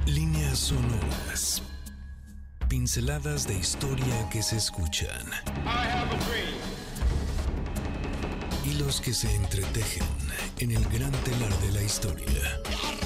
Líneas sonoras. Pinceladas de historia que se escuchan. Hilos que se entretejen en el gran telar de la historia.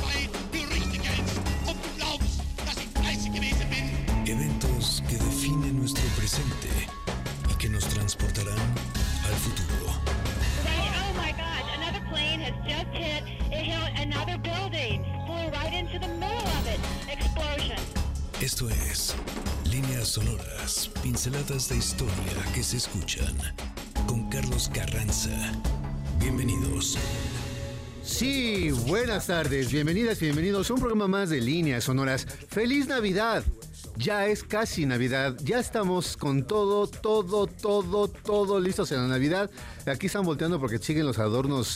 Eventos que definen nuestro presente y que nos transportarán al futuro. Oh my gosh, another plane has just hit another building. Flew right into the middle of it. Explosion. Esto es Líneas sonoras, pinceladas de historia que se escuchan. Con Carlos Carranza. Bienvenidos. Sí, buenas tardes, bienvenidas y bienvenidos a un programa más de Líneas sonoras. ¡Feliz Navidad! Ya es casi Navidad, ya estamos con todo listos en la Navidad. Aquí están volteando porque siguen los adornos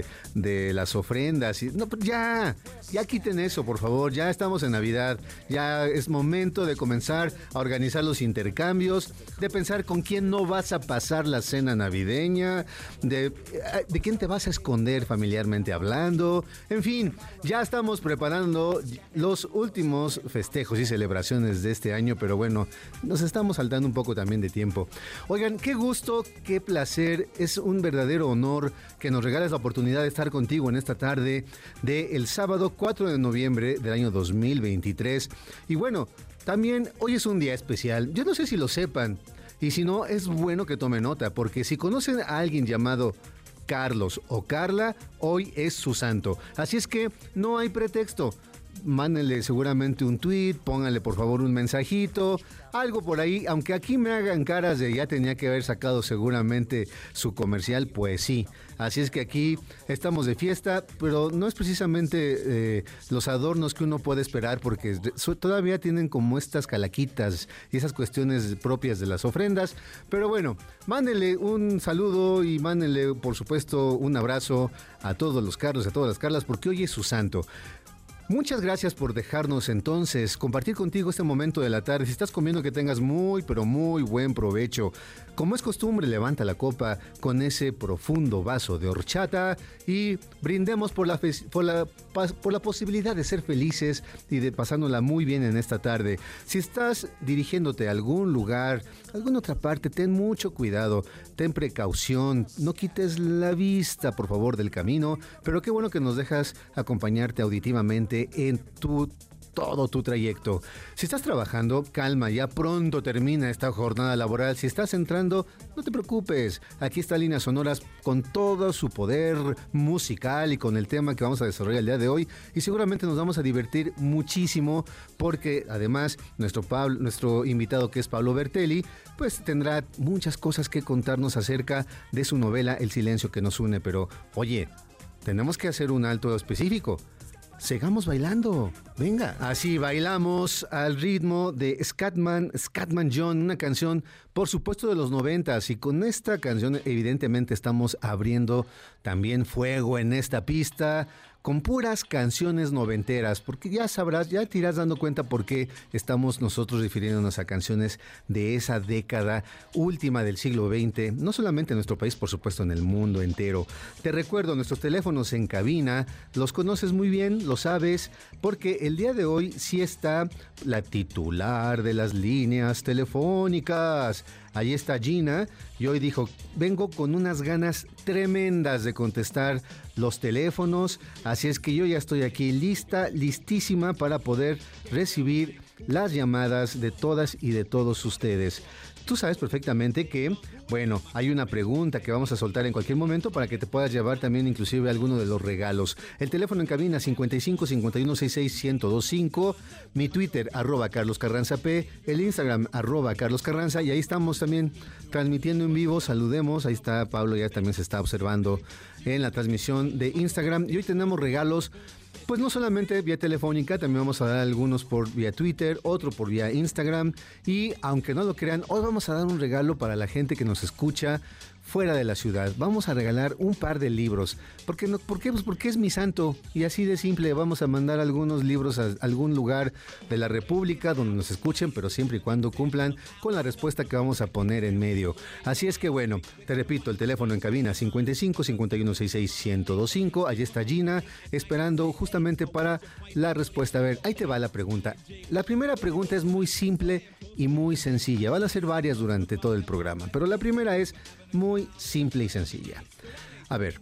de las ofrendas. No, ya quiten eso, por favor, ya estamos en Navidad. Ya es momento de comenzar a organizar los intercambios, de pensar con quién no vas a pasar la cena navideña, de quién te vas a esconder familiarmente hablando. En fin, ya estamos preparando los últimos festejos y celebraciones de este año, pero bueno, nos estamos saltando un poco también de tiempo. Oigan, qué gusto, qué placer, es un verdadero honor que nos regales la oportunidad de estar contigo en esta tarde del sábado 4 de noviembre del año 2023. Y bueno, también hoy es un día especial, yo no sé si lo sepan, y si no, es bueno que tome nota, porque si conocen a alguien llamado Carlos o Carla, hoy es su santo. Así es que no hay pretexto. Mándenle seguramente un tweet, pónganle por favor un mensajito, algo por ahí, aunque aquí me hagan caras de ya tenía que haber sacado seguramente su comercial, pues sí. Así es que aquí estamos de fiesta, pero no es precisamente los adornos que uno puede esperar, porque todavía tienen como estas calaquitas y esas cuestiones propias de las ofrendas. Pero bueno, mándenle un saludo y mándenle por supuesto un abrazo a todos los Carlos, a todas las Carlas, porque hoy es su santo. Muchas gracias por dejarnos entonces compartir contigo este momento de la tarde. Si estás comiendo, que tengas muy, pero muy buen provecho. Como es costumbre, levanta la copa con ese profundo vaso de horchata y brindemos por la posibilidad de ser felices y de pasándola muy bien en esta tarde. Si estás dirigiéndote a algún lugar, alguna otra parte, ten mucho cuidado, ten precaución, no quites la vista, por favor, del camino, pero qué bueno que nos dejas acompañarte auditivamente en todo tu trayecto. Si estás trabajando, calma, ya pronto termina esta jornada laboral. Si estás entrando, no te preocupes. Aquí está Líneas Sonoras con todo su poder musical y con el tema que vamos a desarrollar el día de hoy. Y seguramente nos vamos a divertir muchísimo porque además nuestro invitado, que es Pablo Bertelli, pues tendrá muchas cosas que contarnos acerca de su novela El silencio que nos une. Pero oye, tenemos que hacer un alto específico. Sigamos bailando, venga. Así bailamos al ritmo de Scatman John, una canción por supuesto de los 90s, y con esta canción evidentemente estamos abriendo también fuego en esta pista con puras canciones noventeras, porque ya sabrás, ya te irás dando cuenta por qué estamos nosotros refiriéndonos a canciones de esa década última del siglo XX, no solamente en nuestro país, por supuesto en el mundo entero. Te recuerdo, nuestros teléfonos en cabina, los conoces muy bien, lo sabes, porque el día de hoy sí está la titular de las líneas telefónicas. Ahí está Gina, y hoy dijo, vengo con unas ganas tremendas de contestar los teléfonos, así es que yo ya estoy aquí listísima para poder recibir las llamadas de todas y de todos ustedes. Tú sabes perfectamente que, bueno, hay una pregunta que vamos a soltar en cualquier momento para que te puedas llevar también inclusive alguno de los regalos. El teléfono en cabina 55 51 66 1025, mi Twitter @CarlosCarranzaP, el Instagram @CarlosCarranza, y ahí estamos también transmitiendo en vivo. Saludemos, ahí está Pablo, ya también se está observando en la transmisión de Instagram, y hoy tenemos regalos. Pues no solamente vía telefónica, también vamos a dar algunos por vía Twitter, otro por vía Instagram, y aunque no lo crean, hoy vamos a dar un regalo para la gente que nos escucha fuera de la ciudad. Vamos a regalar un par de libros. ¿Por qué? Pues porque es mi santo. Y así de simple, vamos a mandar algunos libros a algún lugar de la República donde nos escuchen, pero siempre y cuando cumplan con la respuesta que vamos a poner en medio. Así es que bueno, te repito, el teléfono en cabina 55 51 66 1025. Allí está Gina esperando justamente para la respuesta. A ver, ahí te va la pregunta. La primera pregunta es muy simple y muy sencilla. Van a ser varias durante todo el programa, pero la primera es muy simple y sencilla. A ver,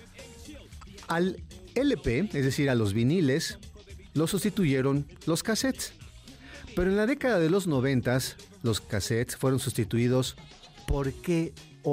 al LP, es decir, a los viniles, los sustituyeron los cassettes. Pero en la década de los 90s, los cassettes fueron sustituidos por ¿qué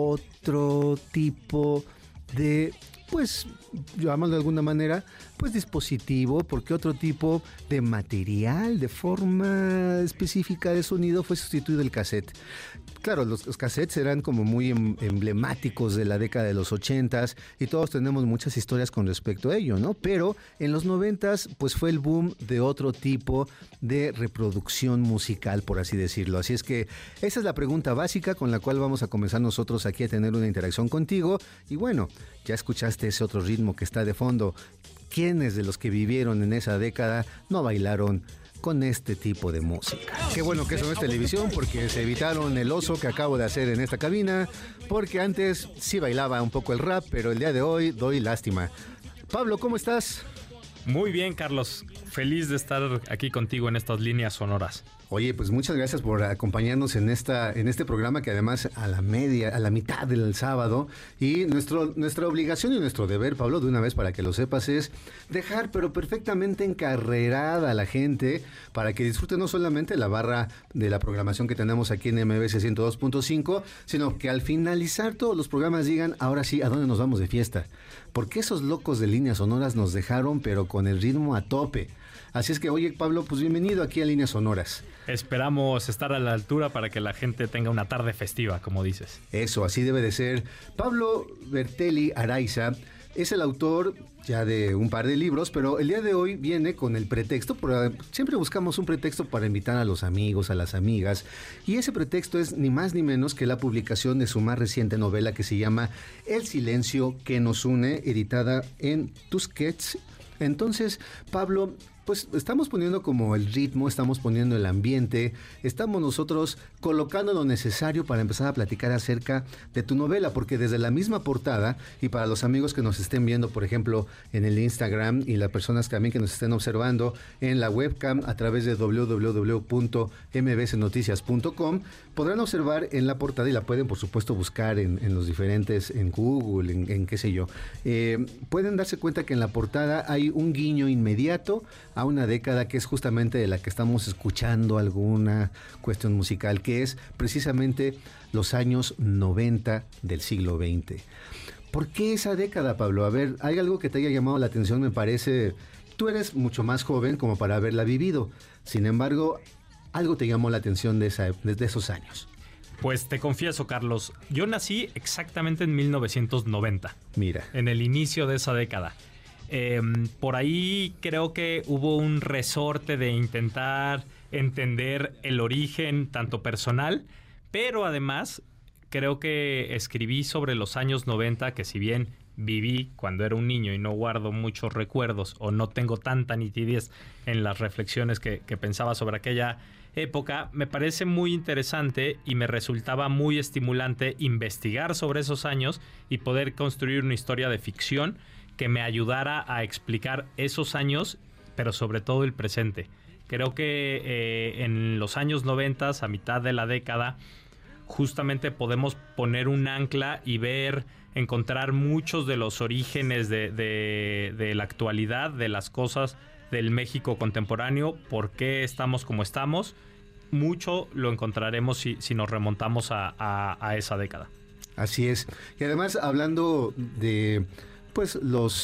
otro tipo de, pues, llamándolo de alguna manera, pues dispositivo? ¿Por qué otro tipo de material, de forma específica de sonido fue sustituido el cassette? Claro, los cassettes eran como muy emblemáticos de la década de los 80s y todos tenemos muchas historias con respecto a ello, ¿no? Pero en los 90s pues fue el boom de otro tipo de reproducción musical, por así decirlo. Así es que esa es la pregunta básica con la cual vamos a comenzar nosotros aquí a tener una interacción contigo. Y bueno, ya escuchaste ese otro ritmo que está de fondo. ¿Quiénes de los que vivieron en esa década no bailaron con este tipo de música? Qué bueno que eso no es televisión, porque se evitaron el oso que acabo de hacer en esta cabina, porque antes sí bailaba un poco el rap, pero el día de hoy doy lástima. Pablo, ¿cómo estás? Muy bien, Carlos. Feliz de estar aquí contigo en estas líneas sonoras. Oye, pues muchas gracias por acompañarnos en este programa, que además a la mitad del sábado, y nuestra obligación y nuestro deber, Pablo, de una vez para que lo sepas, es dejar pero perfectamente encarrerada a la gente para que disfrute no solamente la barra de la programación que tenemos aquí en MBS 102.5, sino que al finalizar todos los programas digan, ahora sí, ¿a dónde nos vamos de fiesta? Porque esos locos de líneas sonoras nos dejaron pero con el ritmo a tope. Así es que, oye, Pablo, pues bienvenido aquí a Líneas Sonoras. Esperamos estar a la altura para que la gente tenga una tarde festiva, como dices. Eso, así debe de ser. Pablo Bertelli Araiza es el autor ya de un par de libros, pero el día de hoy viene con el pretexto, siempre buscamos un pretexto para invitar a los amigos, a las amigas, y ese pretexto es ni más ni menos que la publicación de su más reciente novela que se llama El silencio que nos une, editada en Tusquets. Entonces, Pablo, pues estamos poniendo como el ritmo, estamos poniendo el ambiente, estamos nosotros colocando lo necesario para empezar a platicar acerca de tu novela, porque desde la misma portada, y para los amigos que nos estén viendo, por ejemplo, en el Instagram, y las personas también que nos estén observando en la webcam a través de www.mbsnoticias.com, podrán observar en la portada, y la pueden por supuesto buscar en los diferentes, en Google, en qué sé yo, pueden darse cuenta que en la portada hay un guiño inmediato a una década que es justamente de la que estamos escuchando alguna cuestión musical, que es precisamente los años 90 del siglo XX. ¿Por qué esa década, Pablo? A ver, ¿hay algo que te haya llamado la atención? Me parece, tú eres mucho más joven como para haberla vivido. Sin embargo, algo te llamó la atención de esos años. Pues te confieso, Carlos, yo nací exactamente en 1990. Mira. En el inicio de esa década. Por ahí creo que hubo un resorte de intentar entender el origen tanto personal, pero además creo que escribí sobre los años 90, que si bien viví cuando era un niño y no guardo muchos recuerdos o no tengo tanta nitidez en las reflexiones que pensaba sobre aquella época, me parece muy interesante y me resultaba muy estimulante investigar sobre esos años y poder construir una historia de ficción que me ayudara a explicar esos años, pero sobre todo el presente. Creo que en los años 90, a mitad de la década, justamente podemos poner un ancla y encontrar muchos de los orígenes de la actualidad, de las cosas del México contemporáneo, por qué estamos como estamos. Mucho lo encontraremos si nos remontamos a esa década. Así es. Y además, hablando de pues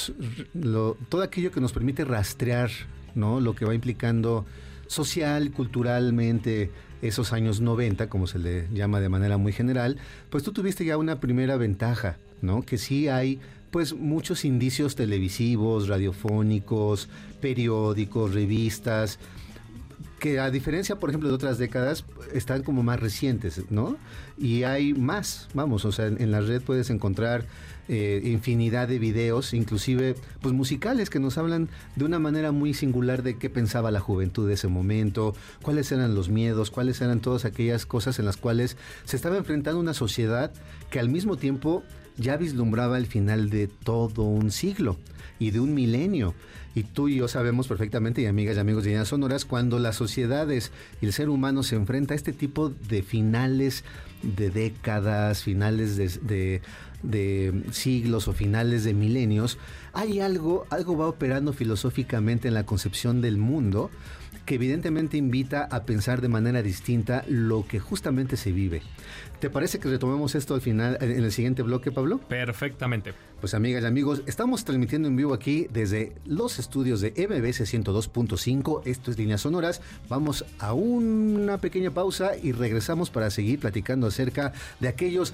todo aquello que nos permite rastrear, ¿no?, lo que va implicando social, culturalmente, esos años 90, como se le llama de manera muy general, pues tú tuviste ya una primera ventaja, ¿no? Que sí hay pues muchos indicios televisivos, radiofónicos, periódicos, revistas. que a diferencia, por ejemplo, de otras décadas, están como más recientes, ¿no? Y hay más, vamos, o sea, en la red puedes encontrar infinidad de videos, inclusive pues musicales, que nos hablan de una manera muy singular de qué pensaba la juventud de ese momento, cuáles eran los miedos, cuáles eran todas aquellas cosas en las cuales se estaba enfrentando una sociedad que al mismo tiempo ya vislumbraba el final de todo un siglo y de un milenio. Y tú y yo sabemos perfectamente, y amigas y amigos de Líneas Sonoras, cuando las sociedades y el ser humano se enfrenta a este tipo de finales de décadas, finales de siglos o finales de milenios, hay algo va operando filosóficamente en la concepción del mundo que evidentemente invita a pensar de manera distinta lo que justamente se vive. ¿Te parece que retomemos esto al final, en el siguiente bloque, Pablo? Perfectamente. Pues amigas y amigos, estamos transmitiendo en vivo aquí desde los estudios de MBS 102.5. Esto es Líneas Sonoras. Vamos a una pequeña pausa y regresamos para seguir platicando acerca de aquellos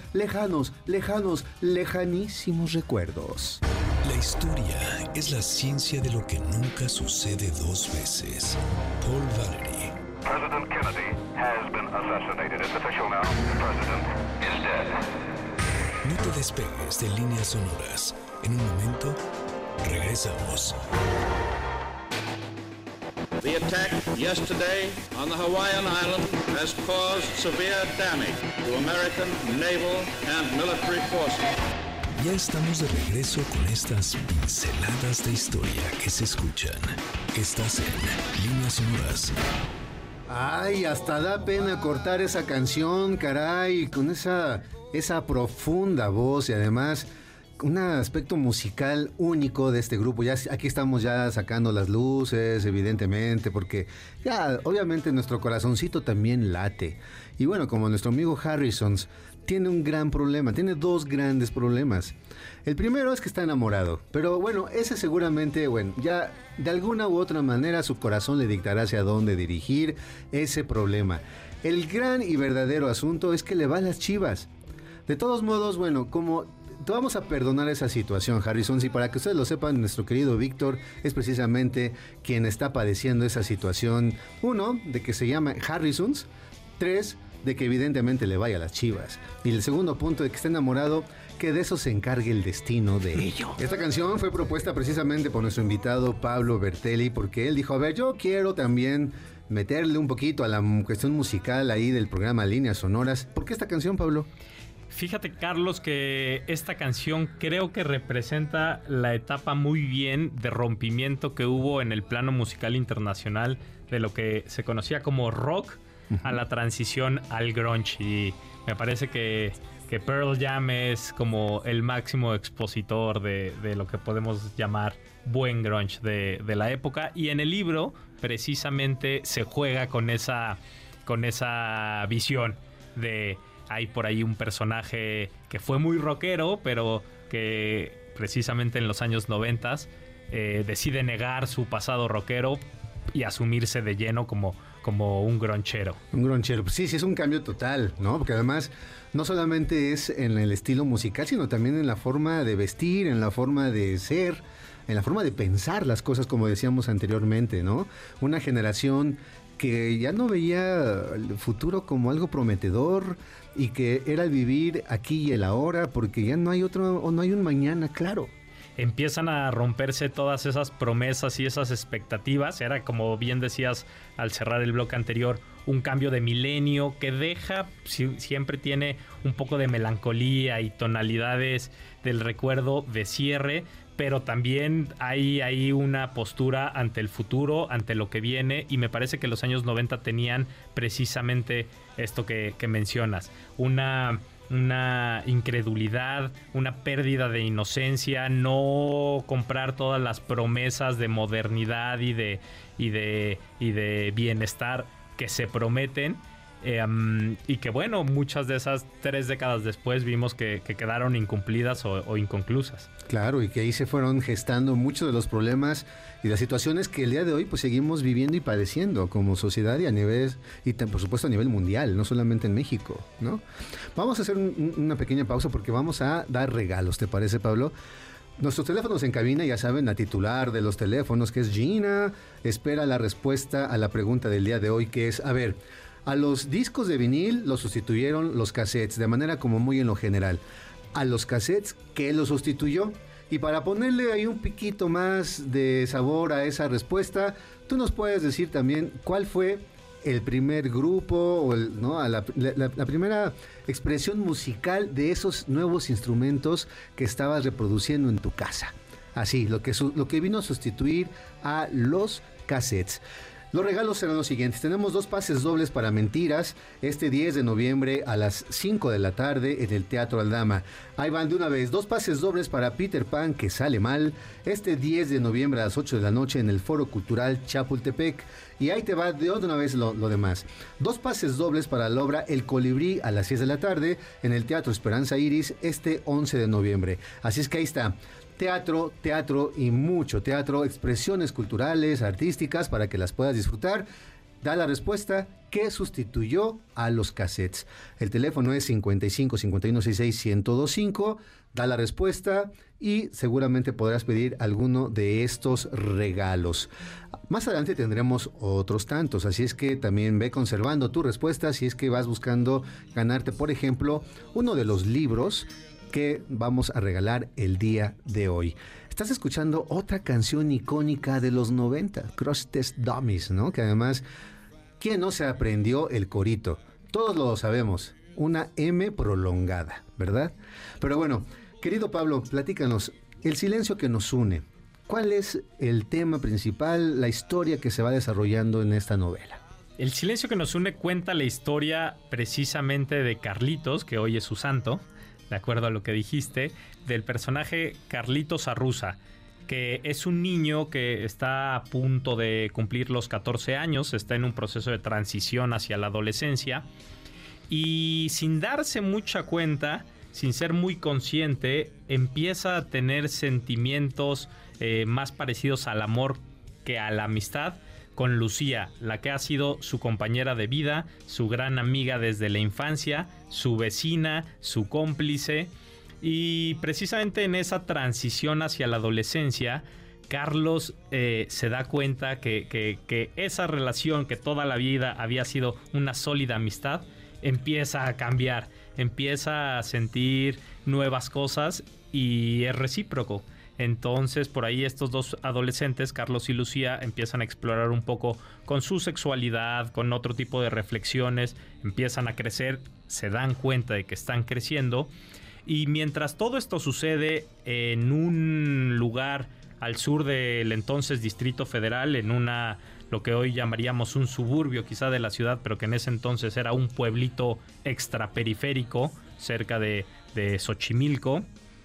lejanísimos recuerdos. La historia es la ciencia de lo que nunca sucede dos veces. Paul Valery. President Kennedy has been assassinated. It's official now. The president is dead. No te despegues de Líneas Sonoras. En un momento, regresamos. The attack yesterday on the Hawaiian island has caused severe damage to American naval and military forces. Ya estamos de regreso con estas pinceladas de historia que se escuchan. Estás en Líneas Sonoras. Ay, hasta da pena cortar esa canción, caray, con esa profunda voz y además un aspecto musical único de este grupo. Ya aquí estamos ya sacando las luces, evidentemente, porque ya obviamente nuestro corazoncito también late. Y bueno, como nuestro amigo Harrison tiene un gran problema, tiene dos grandes problemas. El primero es que está enamorado, pero bueno, ese seguramente, bueno, ya de alguna u otra manera su corazón le dictará hacia dónde dirigir ese problema. El gran y verdadero asunto es que le va a las Chivas. De todos modos, bueno, como te vamos a perdonar esa situación, Harrison, y para que ustedes lo sepan, nuestro querido Víctor es precisamente quien está padeciendo esa situación. 1, de que se llama Harrisons. 3, de que evidentemente le vaya a las Chivas. Y el segundo punto, de que está enamorado, que de eso se encargue el destino de ello. Esta canción fue propuesta precisamente por nuestro invitado Pablo Bertelli, porque él dijo, a ver, yo quiero también meterle un poquito a la cuestión musical ahí del programa Líneas Sonoras. ¿Por qué esta canción, Pablo? Fíjate, Carlos, que esta canción creo que representa la etapa muy bien de rompimiento que hubo en el plano musical internacional de lo que se conocía como rock a la transición al grunge. Y me parece que Pearl Jam es como el máximo expositor de lo que podemos llamar buen grunge de la época. Y en el libro precisamente se juega con esa visión de... Hay por ahí un personaje que fue muy rockero, pero que precisamente en los años 90 decide negar su pasado rockero y asumirse de lleno como un gronchero. Un gronchero, sí, es un cambio total, ¿no? Porque además no solamente es en el estilo musical, sino también en la forma de vestir, en la forma de ser, en la forma de pensar las cosas, como decíamos anteriormente, ¿no? Una generación que ya no veía el futuro como algo prometedor y que era el vivir aquí y el ahora, porque ya no hay otro, o no hay un mañana claro. Empiezan a romperse todas esas promesas y esas expectativas. Era, como bien decías al cerrar el bloque anterior, un cambio de milenio que siempre tiene un poco de melancolía y tonalidades del recuerdo de cierre, pero también hay ahí una postura ante el futuro, ante lo que viene, y me parece que los años 90 tenían precisamente esto que mencionas, una incredulidad, una pérdida de inocencia, no comprar todas las promesas de modernidad y de bienestar que se prometen. Y que bueno, muchas de esas 3 décadas después vimos que quedaron incumplidas o inconclusas. Claro, y que ahí se fueron gestando muchos de los problemas y las situaciones que el día de hoy pues seguimos viviendo y padeciendo como sociedad y por supuesto a nivel mundial, no solamente en México, ¿no? Vamos a hacer una pequeña pausa porque vamos a dar regalos, ¿te parece, Pablo? Nuestros teléfonos en cabina, ya saben, la titular de los teléfonos, que es Gina, espera la respuesta a la pregunta del día de hoy, que es, a ver, a los discos de vinil los sustituyeron los cassettes, de manera como muy en lo general. A los cassettes, ¿qué los sustituyó? Y para ponerle ahí un piquito más de sabor a esa respuesta, tú nos puedes decir también cuál fue el primer grupo o la primera expresión musical de esos nuevos instrumentos que estabas reproduciendo en tu casa. Así, lo que vino a sustituir a los cassettes. Los regalos serán los siguientes. Tenemos 2 pases dobles para Mentiras este 10 de noviembre a las 5 de la tarde en el Teatro Aldama. Ahí van de una vez. 2 pases dobles para Peter Pan, que sale mal, este 10 de noviembre a las 8 de la noche en el Foro Cultural Chapultepec. Y ahí te va de una vez lo demás. 2 pases dobles para la obra El Colibrí a las 6 de la tarde en el Teatro Esperanza Iris este 11 de noviembre. Así es que ahí está. Teatro y mucho teatro, expresiones culturales, artísticas, para que las puedas disfrutar. Da la respuesta, ¿qué sustituyó a los cassettes? El teléfono es 55 51 66 1025. Da la respuesta y seguramente podrás pedir alguno de estos regalos. Más adelante tendremos otros tantos, así es que también ve conservando tu respuesta si es que vas buscando ganarte, por ejemplo, uno de los libros que vamos a regalar el día de hoy. Estás escuchando otra canción icónica de los 90, Crash Test Dummies, ¿no? Que además, ¿quién no se aprendió el corito? Todos lo sabemos, una M prolongada, ¿verdad? Pero bueno, querido Pablo, platícanos, el silencio que nos une. ¿Cuál es el tema principal, la historia que se va desarrollando en esta novela? El silencio que nos une cuenta la historia precisamente de Carlitos, que hoy es su santo, de acuerdo a lo que dijiste, del personaje Carlitos Arruza, que es un niño que está a punto de cumplir los 14 años, está en un proceso de transición hacia la adolescencia y sin darse mucha cuenta, sin ser muy consciente, empieza a tener sentimientos más parecidos al amor que a la amistad con Lucía, la que ha sido su compañera de vida, su gran amiga desde la infancia, su vecina, su cómplice. Y precisamente en esa transición hacia la adolescencia, Carlos se da cuenta que esa relación que toda la vida había sido una sólida amistad, empieza a cambiar, empieza a sentir nuevas cosas y es recíproco. Entonces, por ahí estos dos adolescentes, Carlos y Lucía, empiezan a explorar un poco con su sexualidad, con otro tipo de reflexiones, empiezan a crecer, se dan cuenta de que están creciendo. Y mientras todo esto sucede en un lugar al sur del entonces Distrito Federal, en lo que hoy llamaríamos un suburbio quizá de la ciudad, pero que en ese entonces era un pueblito extraperiférico, cerca de Xochimilco,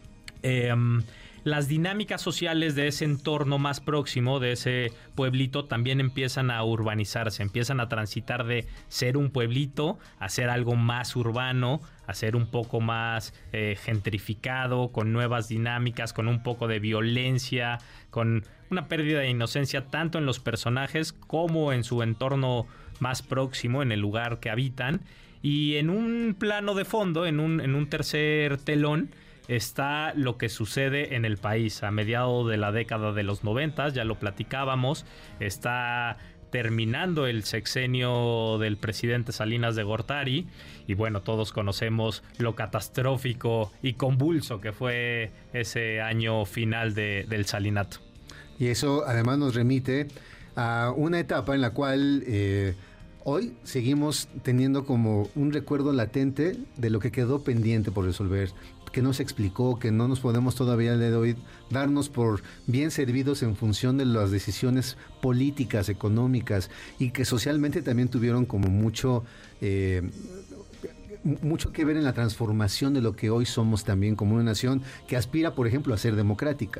las dinámicas sociales de ese entorno más próximo, de ese pueblito, también empiezan a urbanizarse, empiezan a transitar de ser un pueblito a ser algo más urbano, a ser un poco más gentrificado, con nuevas dinámicas, con un poco de violencia, con una pérdida de inocencia tanto en los personajes como en su entorno más próximo, en el lugar que habitan. Y en un plano de fondo, en un tercer telón, está lo que sucede en el país a mediados de la década de los 90, ya lo platicábamos, está terminando el sexenio del presidente Salinas de Gortari y bueno, todos conocemos lo catastrófico y convulso que fue ese año final del salinato. Y eso además nos remite a una etapa en la cual hoy seguimos teniendo como un recuerdo latente de lo que quedó pendiente por resolver, que no se explicó, que no nos podemos todavía de hoy darnos por bien servidos en función de las decisiones políticas, económicas y que socialmente también tuvieron como mucho que ver en la transformación de lo que hoy somos también como una nación que aspira, por ejemplo, a ser democrática.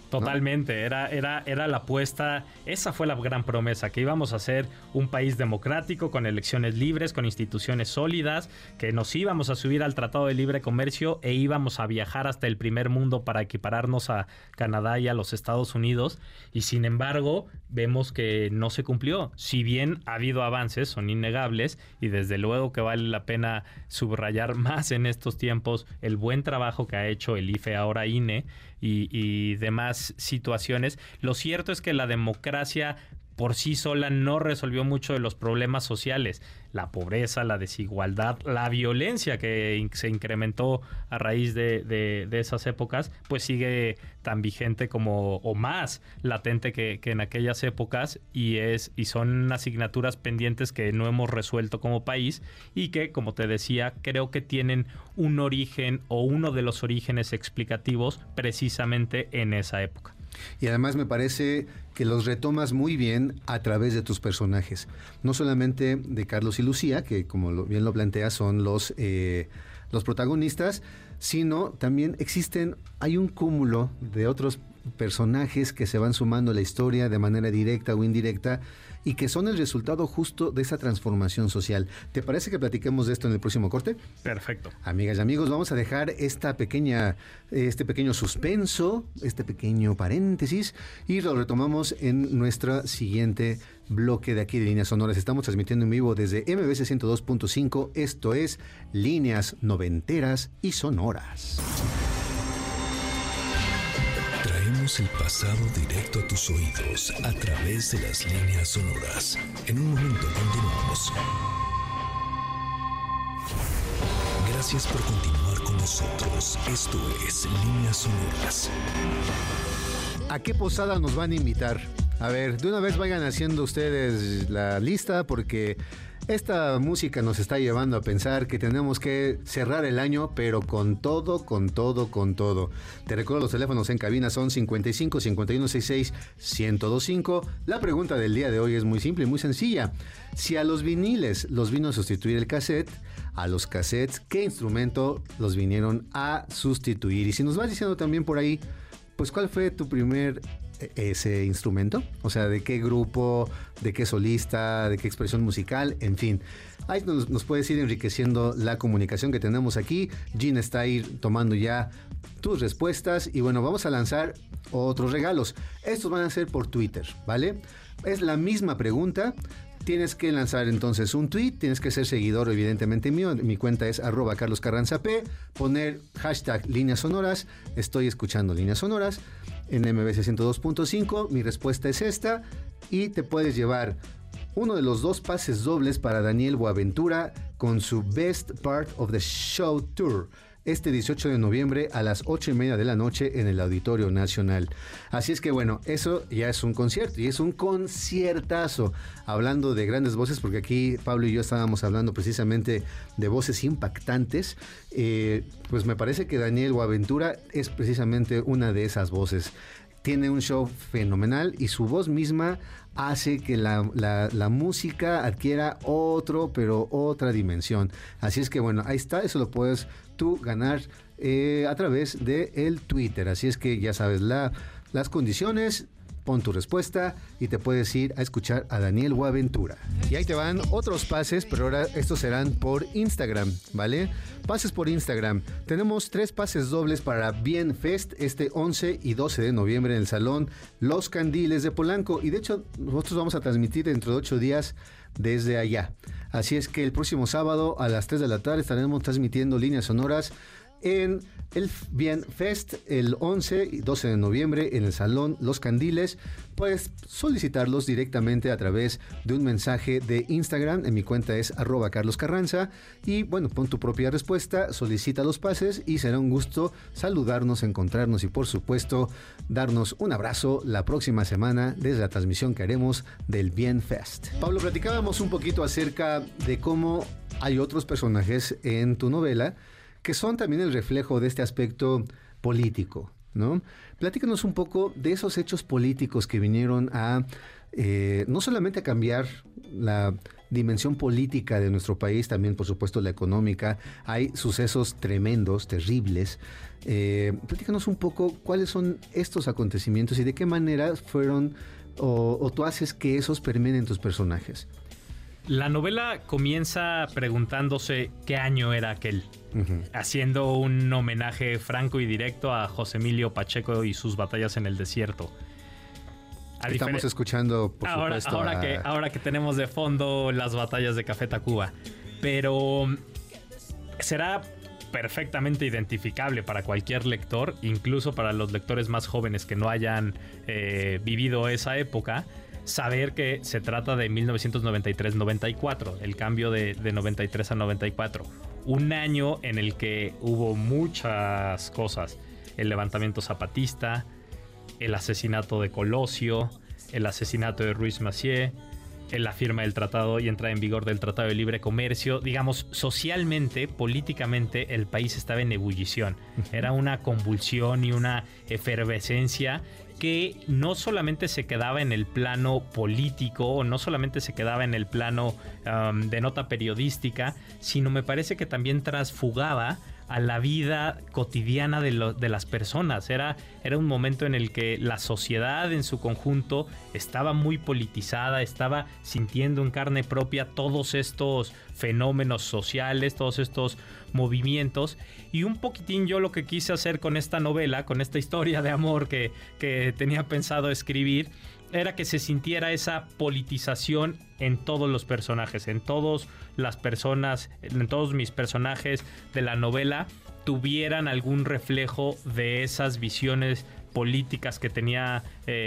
Totalmente, era la apuesta, esa fue la gran promesa, que íbamos a ser un país democrático, con elecciones libres, con instituciones sólidas, que nos íbamos a subir al Tratado de Libre Comercio e íbamos a viajar hasta el primer mundo para equipararnos a Canadá y a los Estados Unidos, y sin embargo vemos que no se cumplió. Si bien ha habido avances, son innegables, y desde luego que vale la pena subrayar más en estos tiempos el buen trabajo que ha hecho el IFE, ahora INE, y demás situaciones. Lo cierto es que la democracia por sí sola no resolvió mucho de los problemas sociales. La pobreza, la desigualdad, la violencia que se incrementó a raíz de esas épocas, pues sigue tan vigente como o más latente que en aquellas épocas, y son asignaturas pendientes que no hemos resuelto como país y que, como te decía, creo que tienen un origen o uno de los orígenes explicativos precisamente en esa época. Y además me parece que los retomas muy bien a través de tus personajes. No solamente de Carlos y Lucía, que como bien lo planteas son los protagonistas, sino también hay un cúmulo de otros personajes que se van sumando a la historia de manera directa o indirecta y que son el resultado justo de esa transformación social. ¿Te parece que platiquemos de esto en el próximo corte? Perfecto. Amigas y amigos, vamos a dejar este pequeño suspenso, este pequeño paréntesis, y lo retomamos en nuestro siguiente bloque de aquí de Líneas Sonoras. Estamos transmitiendo en vivo desde MBC 102.5. Esto es Líneas Noventeras y Sonoras. Traemos el pasado directo a tus oídos a través de las líneas sonoras. En un momento continuamos. Gracias por continuar con nosotros. Esto es Líneas Sonoras. ¿A qué posada nos van a invitar? A ver, de una vez vayan haciendo ustedes la lista, porque esta música nos está llevando a pensar que tenemos que cerrar el año, pero con todo. Te recuerdo, los teléfonos en cabina son 55 51 66 1025. La pregunta del día de hoy es muy simple y muy sencilla. Si a los viniles los vino a sustituir el cassette, a los cassettes, ¿qué instrumento los vinieron a sustituir? Y si nos vas diciendo también por ahí, pues ¿cuál fue tu primer ese instrumento? O sea, ¿de qué grupo, de qué solista, de qué expresión musical? En fin, ahí nos puedes ir enriqueciendo la comunicación que tenemos aquí. Gina está ahí tomando ya tus respuestas y bueno, vamos a lanzar otros regalos. Estos van a ser por Twitter, ¿vale? Es la misma pregunta. Tienes que lanzar entonces un tweet, tienes que ser seguidor evidentemente mío, mi cuenta es @carloscarranzap, poner hashtag Líneas Sonoras, estoy escuchando Líneas Sonoras en MBC 102.5, mi respuesta es esta, y te puedes llevar uno de los 2 pases dobles para Daniel Boaventura con su Best Part of the Show Tour, este 18 de noviembre a las 8:30 de la noche en el Auditorio Nacional. Así es que bueno, eso ya es un concierto y es un conciertazo. Hablando de grandes voces, porque aquí Pablo y yo estábamos hablando precisamente de voces impactantes, pues me parece que Daniel Boaventura es precisamente una de esas voces. Tiene un show fenomenal y su voz misma hace que la música adquiera otra dimensión. Así es que bueno, ahí está, eso lo puedes tú ganar a través de el Twitter. Así es que ya sabes las condiciones. Pon tu respuesta y te puedes ir a escuchar a Daniel Boaventura. Y ahí te van otros pases, pero ahora estos serán por Instagram, ¿vale? Pases por Instagram. Tenemos 3 pases dobles para Bien Fest este 11 y 12 de noviembre en el Salón Los Candiles de Polanco. Y de hecho, nosotros vamos a transmitir dentro de 8 días desde allá. Así es que el próximo sábado a las 3 de la tarde estaremos transmitiendo Líneas Sonoras en el Bien Fest el 11 y 12 de noviembre en el Salón Los Candiles. Puedes solicitarlos directamente a través de un mensaje de Instagram. En mi cuenta es @carloscarranza. Y bueno, pon tu propia respuesta, solicita los pases y será un gusto saludarnos, encontrarnos y por supuesto darnos un abrazo la próxima semana desde la transmisión que haremos del Bien Fest. Pablo, platicábamos un poquito acerca de cómo hay otros personajes en tu novela que son también el reflejo de este aspecto político, ¿no? Platícanos un poco de esos hechos políticos que vinieron a no solamente a cambiar la dimensión política de nuestro país, también por supuesto la económica. Hay sucesos tremendos, terribles. Platícanos un poco cuáles son estos acontecimientos y de qué manera fueron o tú haces que esos permeen en tus personajes. La novela comienza preguntándose qué año era aquel, haciendo un homenaje franco y directo a José Emilio Pacheco y sus batallas en el desierto. Estamos escuchando, por supuesto, ahora que tenemos de fondo las batallas de Café Tacuba. Pero será perfectamente identificable para cualquier lector, incluso para los lectores más jóvenes que no hayan vivido esa época, saber que se trata de 1993-94, el cambio de 93 a 94. Un año en el que hubo muchas cosas. El levantamiento zapatista, el asesinato de Colosio, el asesinato de Ruiz Massieu, la firma del tratado y entrada en vigor del Tratado de Libre Comercio. Digamos, socialmente, políticamente, el país estaba en ebullición. Era una convulsión y una efervescencia que no solamente se quedaba en el plano político, o no solamente se quedaba en el plano de nota periodística, sino me parece que también transfugaba a la vida cotidiana de las personas. Era un momento en el que la sociedad en su conjunto estaba muy politizada, estaba sintiendo en carne propia todos estos fenómenos sociales, todos estos movimientos. Y un poquitín yo lo que quise hacer con esta novela, con esta historia de amor que tenía pensado escribir, era que se sintiera esa politización en todos los personajes, en todas las personas, en todos mis personajes de la novela tuvieran algún reflejo de esas visiones políticas que tenía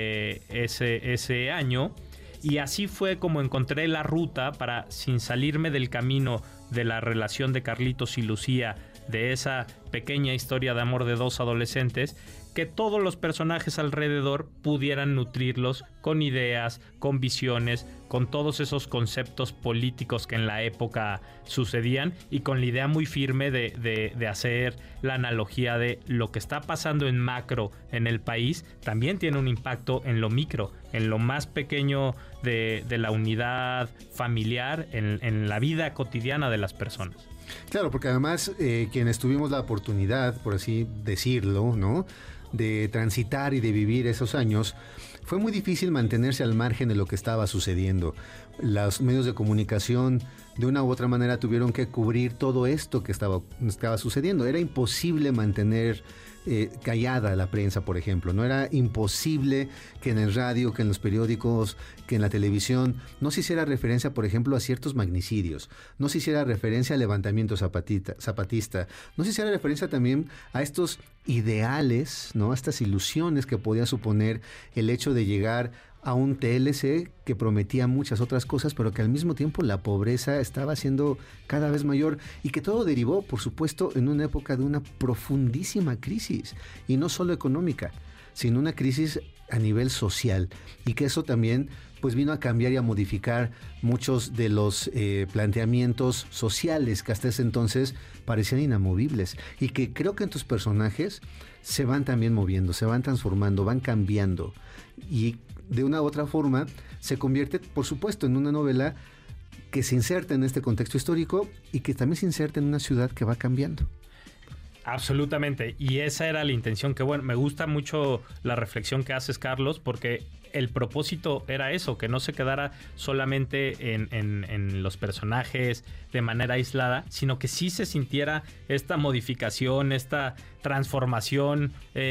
ese año. Y así fue como encontré la ruta para, sin salirme del camino de la relación de Carlitos y Lucía, de esa pequeña historia de amor de dos adolescentes, que todos los personajes alrededor pudieran nutrirlos con ideas, con visiones, con todos esos conceptos políticos que en la época sucedían, y con la idea muy firme de hacer la analogía de lo que está pasando en macro en el país también tiene un impacto en lo micro, en lo más pequeño de la unidad familiar, en la vida cotidiana de las personas. Claro, porque además quienes tuvimos la oportunidad, por así decirlo, ¿no?, de transitar y de vivir esos años, fue muy difícil mantenerse al margen de lo que estaba sucediendo. Los medios de comunicación, de una u otra manera, tuvieron que cubrir todo esto que estaba sucediendo. Era imposible mantener callada la prensa, por ejemplo. No era imposible que en el radio, que en los periódicos, que en la televisión no se hiciera referencia, por ejemplo, a ciertos magnicidios, no se hiciera referencia al levantamiento zapatista, no se hiciera referencia también a estos ideales, ¿no?, a estas ilusiones que podía suponer el hecho de llegar a un TLC que prometía muchas otras cosas, pero que al mismo tiempo la pobreza estaba siendo cada vez mayor, y que todo derivó, por supuesto, en una época de una profundísima crisis, y no solo económica, sino una crisis a nivel social, y que eso también pues vino a cambiar y a modificar muchos de los planteamientos sociales que hasta ese entonces parecían inamovibles, y que creo que en tus personajes se van también moviendo, se van transformando, van cambiando, y de una u otra forma se convierte, por supuesto, en una novela que se inserta en este contexto histórico y que también se inserta en una ciudad que va cambiando. Absolutamente, y esa era la intención. Que bueno, me gusta mucho la reflexión que haces, Carlos, porque el propósito era eso, que no se quedara solamente en los personajes de manera aislada, sino que sí se sintiera esta modificación, esta transformación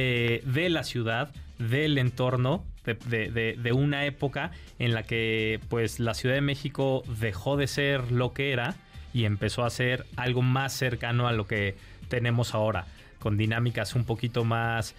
de la ciudad, del entorno, de una época en la que pues la Ciudad de México dejó de ser lo que era y empezó a ser algo más cercano a lo que tenemos ahora, con dinámicas un poquito más...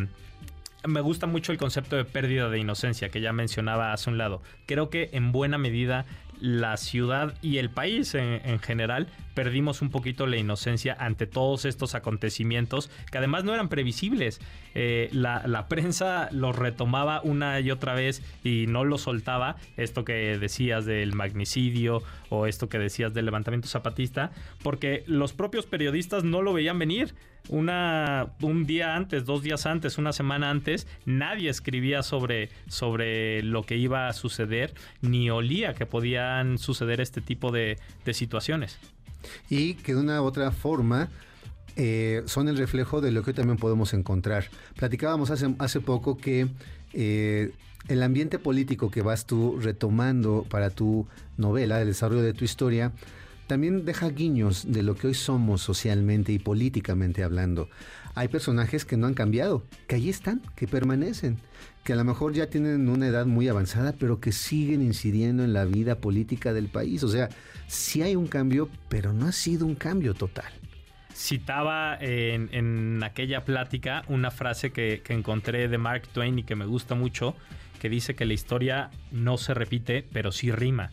me gusta mucho el concepto de pérdida de inocencia que ya mencionaba hace un lado. Creo que en buena medida la ciudad y el país en general perdimos un poquito la inocencia ante todos estos acontecimientos que además no eran previsibles. La prensa los retomaba una y otra vez y no los soltaba. Esto que decías del magnicidio o esto que decías del levantamiento zapatista, porque los propios periodistas no lo veían venir. Un día antes, 2 días antes, una semana antes, nadie escribía sobre lo que iba a suceder, ni olía que podían suceder este tipo de situaciones. Y que de una u otra forma son el reflejo de lo que hoy también podemos encontrar. Platicábamos hace poco que el ambiente político que vas tú retomando para tu novela, el desarrollo de tu historia, también deja guiños de lo que hoy somos socialmente y políticamente hablando. Hay personajes que no han cambiado, que ahí están, que permanecen, que a lo mejor ya tienen una edad muy avanzada, pero que siguen incidiendo en la vida política del país. O sea, sí hay un cambio, pero no ha sido un cambio total. Citaba en aquella plática una frase que encontré de Mark Twain y que me gusta mucho, que dice que la historia no se repite, pero sí rima.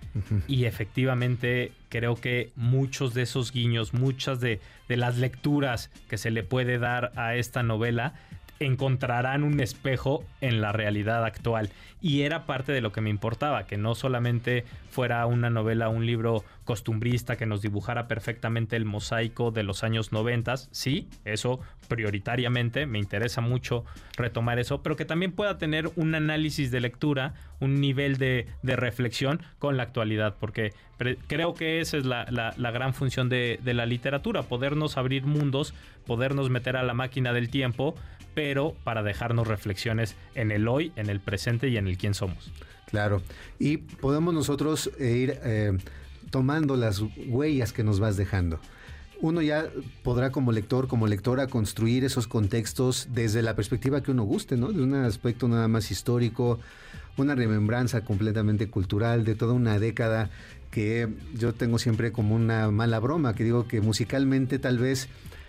Y efectivamente creo que muchos de esos guiños, muchas de las lecturas que se le puede dar a esta novela encontrarán un espejo en la realidad actual. Y era parte de lo que me importaba, que no solamente fuera una novela, un libro costumbrista que nos dibujara perfectamente el mosaico de los años 90, sí, eso prioritariamente, me interesa mucho retomar eso, pero que también pueda tener un análisis de lectura, un nivel de reflexión con la actualidad, porque creo que esa es la gran función de la literatura, podernos abrir mundos, podernos meter a la máquina del tiempo, pero para dejarnos reflexiones en el hoy, en el presente y en el quién somos. Claro, y podemos nosotros ir tomando las huellas que nos vas dejando. Uno ya podrá como lector, como lectora, construir esos contextos desde la perspectiva que uno guste, ¿no? De un aspecto nada más histórico, una remembranza completamente cultural de toda una década que yo tengo siempre como una mala broma, que digo que musicalmente tal vez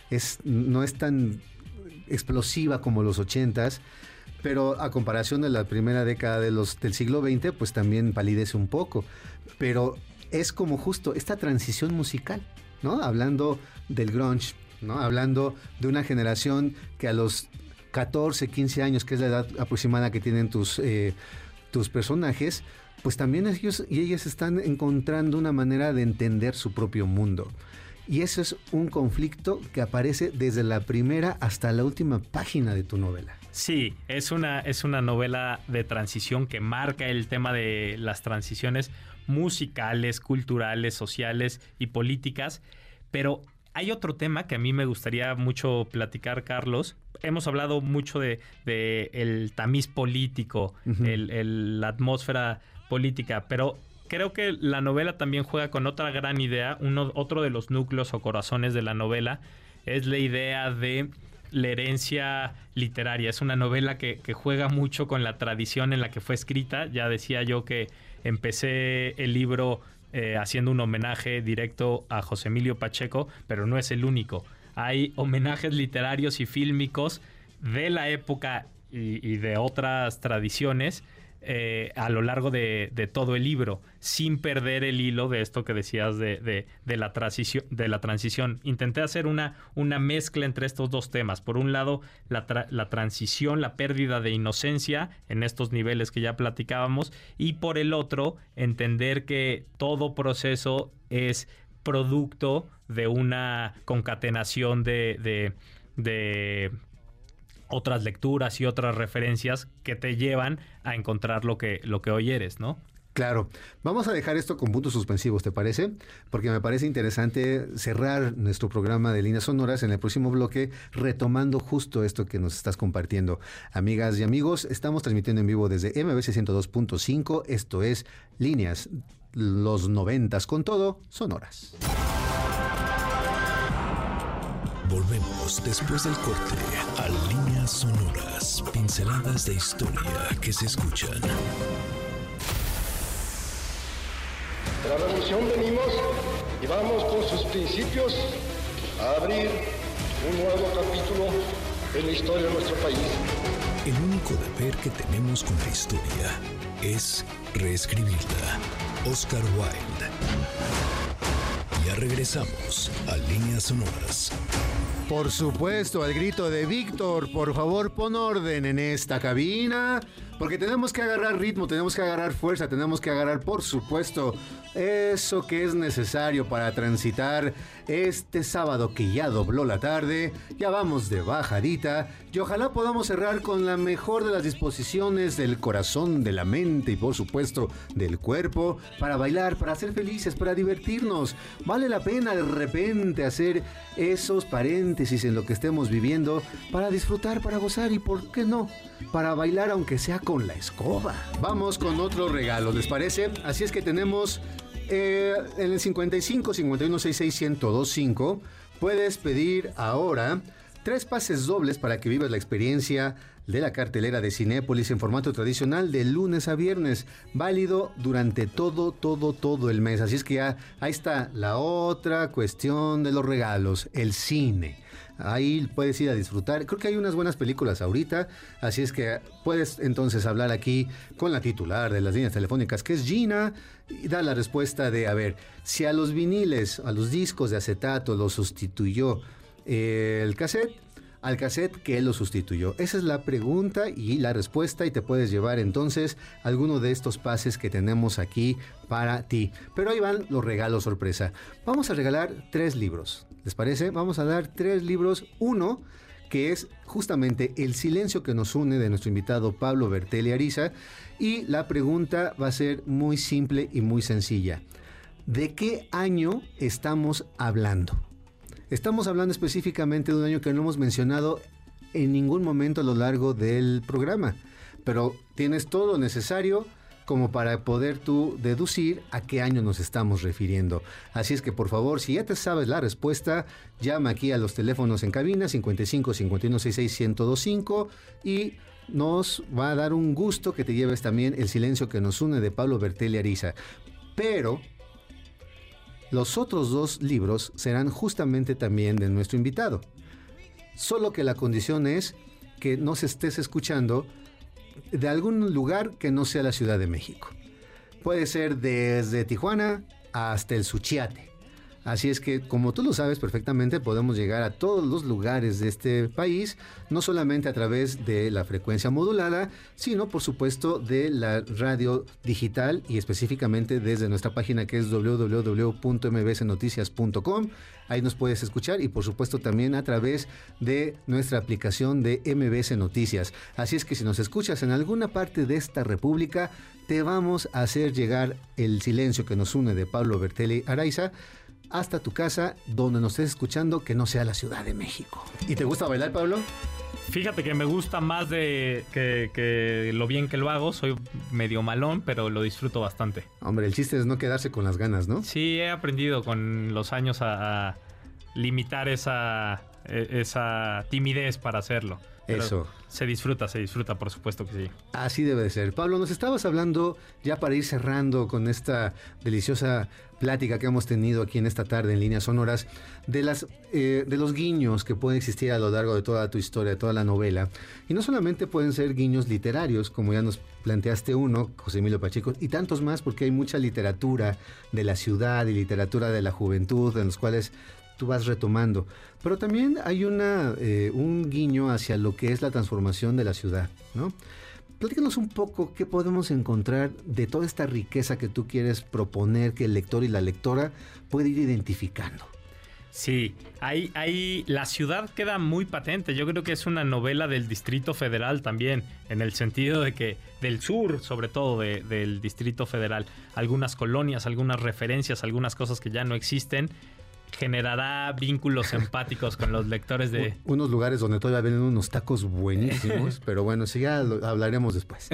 no es tan explosiva como los 80s, pero a comparación de la primera década del siglo XX, pues también palidece un poco. Pero es como justo esta transición musical, ¿no? Hablando del grunge, ¿no? Hablando de una generación que a los 14, 15 años, que es la edad aproximada que tienen tus personajes, pues también ellos y ellas están encontrando una manera de entender su propio mundo. Y eso es un conflicto que aparece desde la primera hasta la última página de tu novela. Sí, es una novela de transición que marca el tema de las transiciones musicales, culturales, sociales y políticas. Pero hay otro tema que a mí me gustaría mucho platicar, Carlos. Hemos hablado mucho de el tamiz político, la atmósfera política, pero creo que la novela también juega con otra gran idea. Otro de los núcleos o corazones de la novela es la idea de la herencia literaria. Es una novela que juega mucho con la tradición en la que fue escrita. Ya decía yo que empecé el libro haciendo un homenaje directo a José Emilio Pacheco, pero no es el único. Hay homenajes literarios y fílmicos de la época y de otras tradiciones a lo largo de todo el libro, sin perder el hilo de esto que decías de la transición. Intenté hacer una mezcla entre estos dos temas. Por un lado, la transición, la pérdida de inocencia en estos niveles que ya platicábamos, y por el otro, entender que todo proceso es producto de una concatenación de otras lecturas y otras referencias que te llevan a encontrar lo que hoy eres, ¿no? Claro. Vamos a dejar esto con puntos suspensivos, ¿te parece? Porque me parece interesante cerrar nuestro programa de Líneas Sonoras en el próximo bloque, retomando justo esto que nos estás compartiendo. Amigas y amigos, estamos transmitiendo en vivo desde MBC 102.5. Esto es Líneas, los 90s con todo, sonoras. Volvemos después del corte a Líneas Sonoras, pinceladas de historia que se escuchan. De la revolución venimos y vamos con sus principios a abrir un nuevo capítulo en la historia de nuestro país. El único deber que tenemos con la historia es reescribirla. Oscar Wilde. Ya regresamos a Líneas Sonoras. Por supuesto, al grito de Víctor, por favor pon orden en esta cabina, porque tenemos que agarrar ritmo, tenemos que agarrar fuerza, tenemos que agarrar, por supuesto, eso que es necesario para transitar este sábado que ya dobló la tarde. Ya vamos de bajadita y ojalá podamos cerrar con la mejor de las disposiciones del corazón, de la mente y por supuesto del cuerpo, para bailar, para ser felices, para divertirnos. Vale la pena de repente hacer esos paréntesis en lo que estemos viviendo para disfrutar, para gozar y, ¿por qué no?, para bailar aunque sea con la escoba. Vamos con otro regalo, ¿les parece? Así es que tenemos en el 55 51 66 1025 puedes pedir ahora 3 pases dobles para que vivas la experiencia de la cartelera de Cinépolis en formato tradicional de lunes a viernes, válido durante todo el mes. Así es que ya ahí está la otra cuestión de los regalos, el cine. Ahí puedes ir a disfrutar. Creo que hay unas buenas películas ahorita, así es que puedes entonces hablar aquí con la titular de las líneas telefónicas, que es Gina, y dar la respuesta de, a ver, si a los viniles, a los discos de acetato los sustituyó el cassette, al cassette, ¿qué lo sustituyó? Esa es la pregunta y la respuesta, y te puedes llevar entonces alguno de estos pases que tenemos aquí para ti. Pero ahí van los regalos sorpresa. Vamos a regalar 3 libros, ¿les parece? Vamos a dar 3 libros. Uno, que es justamente El silencio que nos une, de nuestro invitado Pablo Bertelli Ariza. Y la pregunta va a ser muy simple y muy sencilla. ¿De qué año estamos hablando? Estamos hablando específicamente de un año que no hemos mencionado en ningún momento a lo largo del programa, pero tienes todo lo necesario como para poder tú deducir a qué año nos estamos refiriendo. Así es que, por favor, si ya te sabes la respuesta, llama aquí a los teléfonos en cabina 55 51 66 1025 y nos va a dar un gusto que te lleves también El silencio que nos une, de Pablo Bertelli Ariza. Pero los otros 2 libros serán justamente también de nuestro invitado. Solo que la condición es que nos estés escuchando de algún lugar que no sea la Ciudad de México. Puede ser desde Tijuana hasta el Suchiate. Así es que, como tú lo sabes perfectamente, podemos llegar a todos los lugares de este país, no solamente a través de la frecuencia modulada, sino, por supuesto, de la radio digital y específicamente desde nuestra página, que es www.mbsnoticias.com. Ahí nos puedes escuchar y, por supuesto, también a través de nuestra aplicación de MBS Noticias. Así es que si nos escuchas en alguna parte de esta república, te vamos a hacer llegar El silencio que nos une, de Pablo Bertelli Ariza, hasta tu casa, donde nos estés escuchando, que no sea la Ciudad de México. ¿Y te gusta bailar, Pablo? Fíjate que me gusta más de que lo bien que lo hago. Soy medio malón, pero lo disfruto bastante. Hombre, el chiste es no quedarse con las ganas, ¿no? Sí, he aprendido con los años a limitar esa timidez para hacerlo. Pero eso. Se disfruta, por supuesto que sí. Así debe de ser. Pablo, nos estabas hablando, ya para ir cerrando con esta deliciosa plática que hemos tenido aquí en esta tarde en Líneas Sonoras, de los guiños que pueden existir a lo largo de toda tu historia, de toda la novela. Y no solamente pueden ser guiños literarios, como ya nos planteaste uno, José Emilio Pacheco, y tantos más, porque hay mucha literatura de la ciudad y literatura de la juventud, en los cuales tú vas retomando. Pero también hay un guiño hacia lo que es la transformación de la ciudad, ¿no? Platícanos un poco qué podemos encontrar de toda esta riqueza que tú quieres proponer, que el lector y la lectora puede ir identificando. Sí, ahí la ciudad queda muy patente. Yo creo que es una novela del Distrito Federal también, en el sentido de que del sur, sobre todo del Distrito Federal, algunas colonias, algunas referencias, algunas cosas que ya no existen, generará vínculos empáticos con los lectores de... Unos lugares donde todavía venden unos tacos buenísimos, pero bueno, sí, ya lo hablaremos después.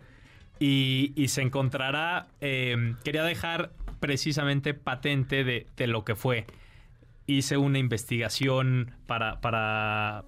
y se encontrará... quería dejar precisamente patente de lo que fue. Hice una investigación para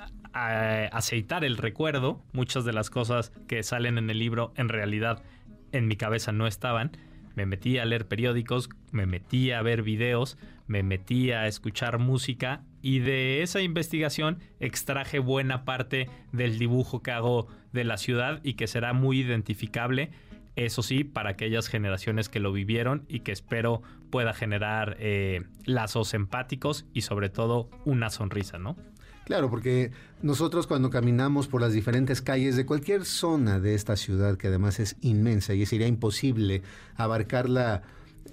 aceitar el recuerdo. Muchas de las cosas que salen en el libro, en realidad, en mi cabeza no estaban. Me metí a leer periódicos, me metí a ver videos, me metí a escuchar música, y de esa investigación extraje buena parte del dibujo que hago de la ciudad y que será muy identificable Eso sí, para aquellas generaciones que lo vivieron y que espero pueda generar lazos empáticos y sobre todo una sonrisa, ¿no? Claro, porque nosotros cuando caminamos por las diferentes calles de cualquier zona de esta ciudad, que además es inmensa y sería imposible abarcarla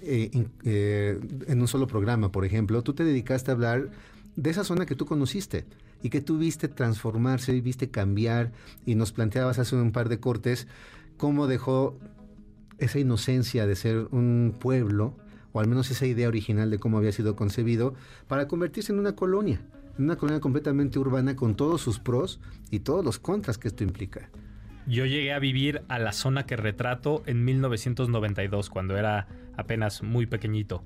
en un solo programa, por ejemplo, tú te dedicaste a hablar de esa zona que tú conociste y que tú viste transformarse y viste cambiar, y nos planteabas hace un par de cortes cómo dejó esa inocencia de ser un pueblo, o al menos esa idea original de cómo había sido concebido, para convertirse en una colonia completamente urbana con todos sus pros y todos los contras que esto implica. Yo llegué a vivir a la zona que retrato en 1992, cuando era apenas muy pequeñito.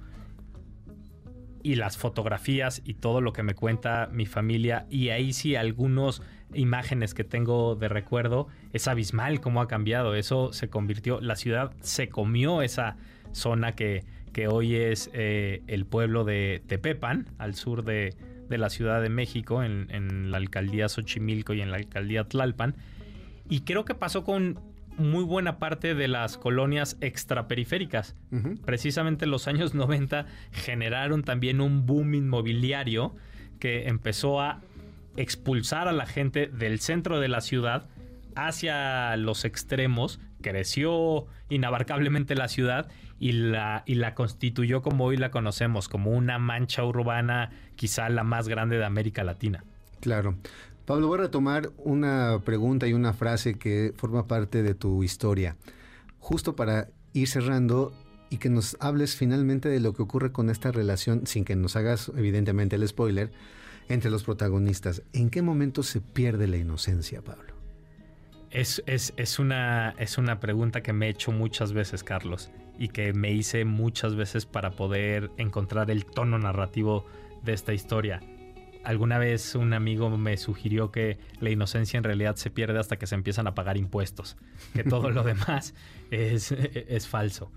Y las fotografías y todo lo que me cuenta mi familia, y ahí sí algunas imágenes que tengo de recuerdo, es abismal cómo ha cambiado. Eso se convirtió, la ciudad se comió esa zona que hoy es el pueblo de Tepepan, al sur de la Ciudad de México, en la alcaldía Xochimilco y en la alcaldía Tlalpan. Y creo que pasó con muy buena parte de las colonias extraperiféricas. Uh-huh. Precisamente los años 90 generaron también un boom inmobiliario que empezó a expulsar a la gente del centro de la ciudad hacia los extremos. Creció inabarcablemente la ciudad y la constituyó como hoy la conocemos, como una mancha urbana quizá la más grande de América Latina. Claro. Pablo, voy a retomar una pregunta y una frase que forma parte de tu historia, justo para ir cerrando y que nos hables finalmente de lo que ocurre con esta relación, sin que nos hagas evidentemente el spoiler, entre los protagonistas. ¿En qué momento se pierde la inocencia, Pablo? Es una pregunta que me he hecho muchas veces, Carlos, y que me hice muchas veces para poder encontrar el tono narrativo de esta historia. Alguna vez un amigo me sugirió que la inocencia en realidad se pierde hasta que se empiezan a pagar impuestos, que todo lo demás es falso.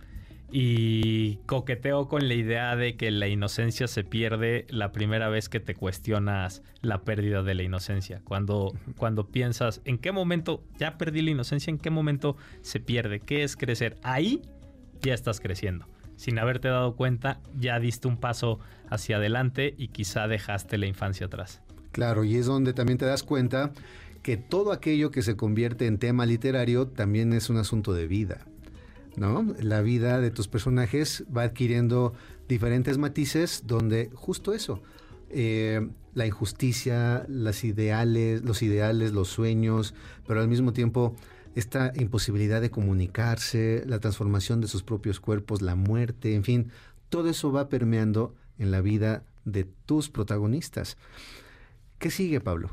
Y coqueteo con la idea de que la inocencia se pierde la primera vez que te cuestionas la pérdida de la inocencia. Cuando piensas, ¿en qué momento ya perdí la inocencia? ¿En qué momento se pierde? ¿Qué es crecer? Ahí ya estás creciendo. Sin haberte dado cuenta, ya diste un paso hacia adelante y quizá dejaste la infancia atrás. Claro, y es donde también te das cuenta que todo aquello que se convierte en tema literario también es un asunto de vida, ¿no? La vida de tus personajes va adquiriendo diferentes matices donde justo eso, la injusticia, los ideales, los sueños, pero al mismo tiempo esta imposibilidad de comunicarse, la transformación de sus propios cuerpos, la muerte, en fin, todo eso va permeando en la vida de tus protagonistas. ¿Qué sigue, Pablo?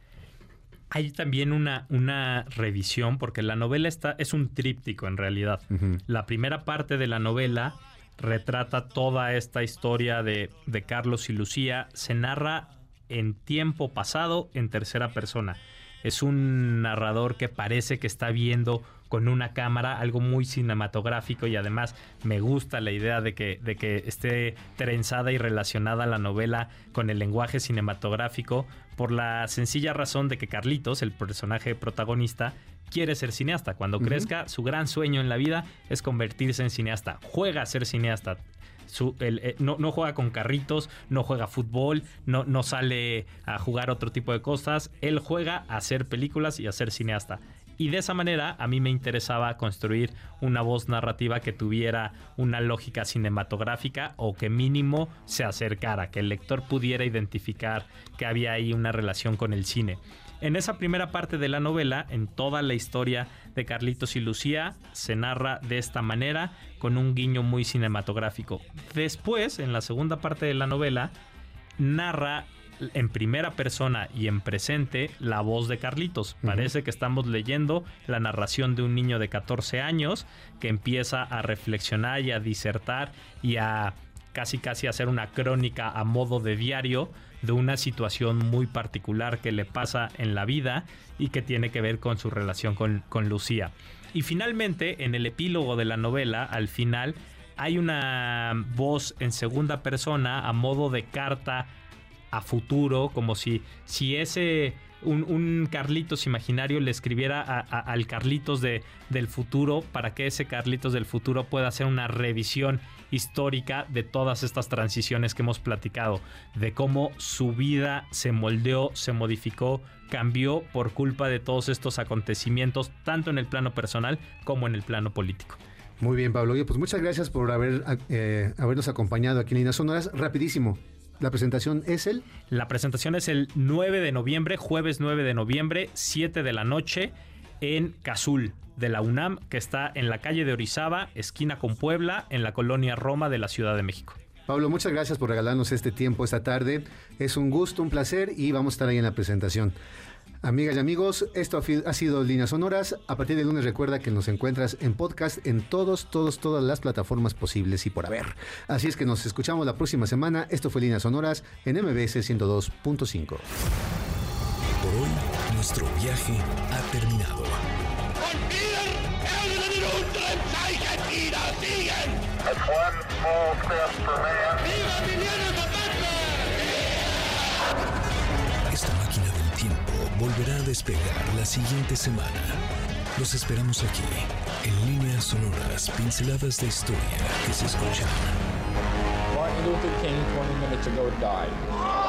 Hay también una revisión, porque la novela es un tríptico en realidad. Uh-huh. La primera parte de la novela retrata toda esta historia de Carlos y Lucía. Se narra en tiempo pasado, en tercera persona. Es un narrador que parece que está viendo con una cámara, algo muy cinematográfico, y además me gusta la idea de que esté trenzada y relacionada la novela con el lenguaje cinematográfico, por la sencilla razón de que Carlitos, el personaje protagonista, quiere ser cineasta. Cuando crezca, su gran sueño en la vida es convertirse en cineasta. Juega a ser cineasta. No juega con carritos, no juega fútbol, no sale a jugar otro tipo de cosas. Él juega a hacer películas y a ser cineasta. Y de esa manera a mí me interesaba construir una voz narrativa que tuviera una lógica cinematográfica, o que mínimo se acercara, que el lector pudiera identificar que había ahí una relación con el cine. En esa primera parte de la novela, en toda la historia de Carlitos y Lucía, se narra de esta manera, con un guiño muy cinematográfico. Después, en la segunda parte de la novela, narra en primera persona y en presente la voz de Carlitos. Parece que estamos leyendo la narración de un niño de 14 años que empieza a reflexionar y a disertar y a casi hacer una crónica a modo de diario de una situación muy particular que le pasa en la vida y que tiene que ver con su relación con Lucía. Y finalmente, en el epílogo de la novela, al final, hay una voz en segunda persona a modo de carta a futuro, como si ese un Carlitos imaginario le escribiera al Carlitos del futuro, para que ese Carlitos del futuro pueda hacer una revisión histórica de todas estas transiciones que hemos platicado, de cómo su vida se moldeó, se modificó, cambió por culpa de todos estos acontecimientos, tanto en el plano personal como en el plano político. Muy bien, Pablo. Oye, pues muchas gracias por habernos acompañado aquí en Líneas Sonoras. Rapidísimo, ¿la presentación es el? La presentación es el 9 de noviembre, jueves 9 de noviembre, 7 de la noche, en Cazul de la UNAM, que está en la calle de Orizaba, esquina con Puebla, en la colonia Roma de la Ciudad de México. Pablo, muchas gracias por regalarnos este tiempo esta tarde. Es un gusto, un placer y vamos a estar ahí en la presentación. Amigas y amigos, esto ha sido Líneas Sonoras. A partir del lunes recuerda que nos encuentras en podcast en todas las plataformas posibles y por haber. Así es que nos escuchamos la próxima semana. Esto fue Líneas Sonoras en MBS 102.5. Por hoy, nuestro viaje ha terminado. Esta máquina del tiempo volverá a despegar la siguiente semana. Los esperamos aquí, en Líneas Sonoras, pinceladas de historia que se escuchan. Martin Luther King 20 minutes ago died.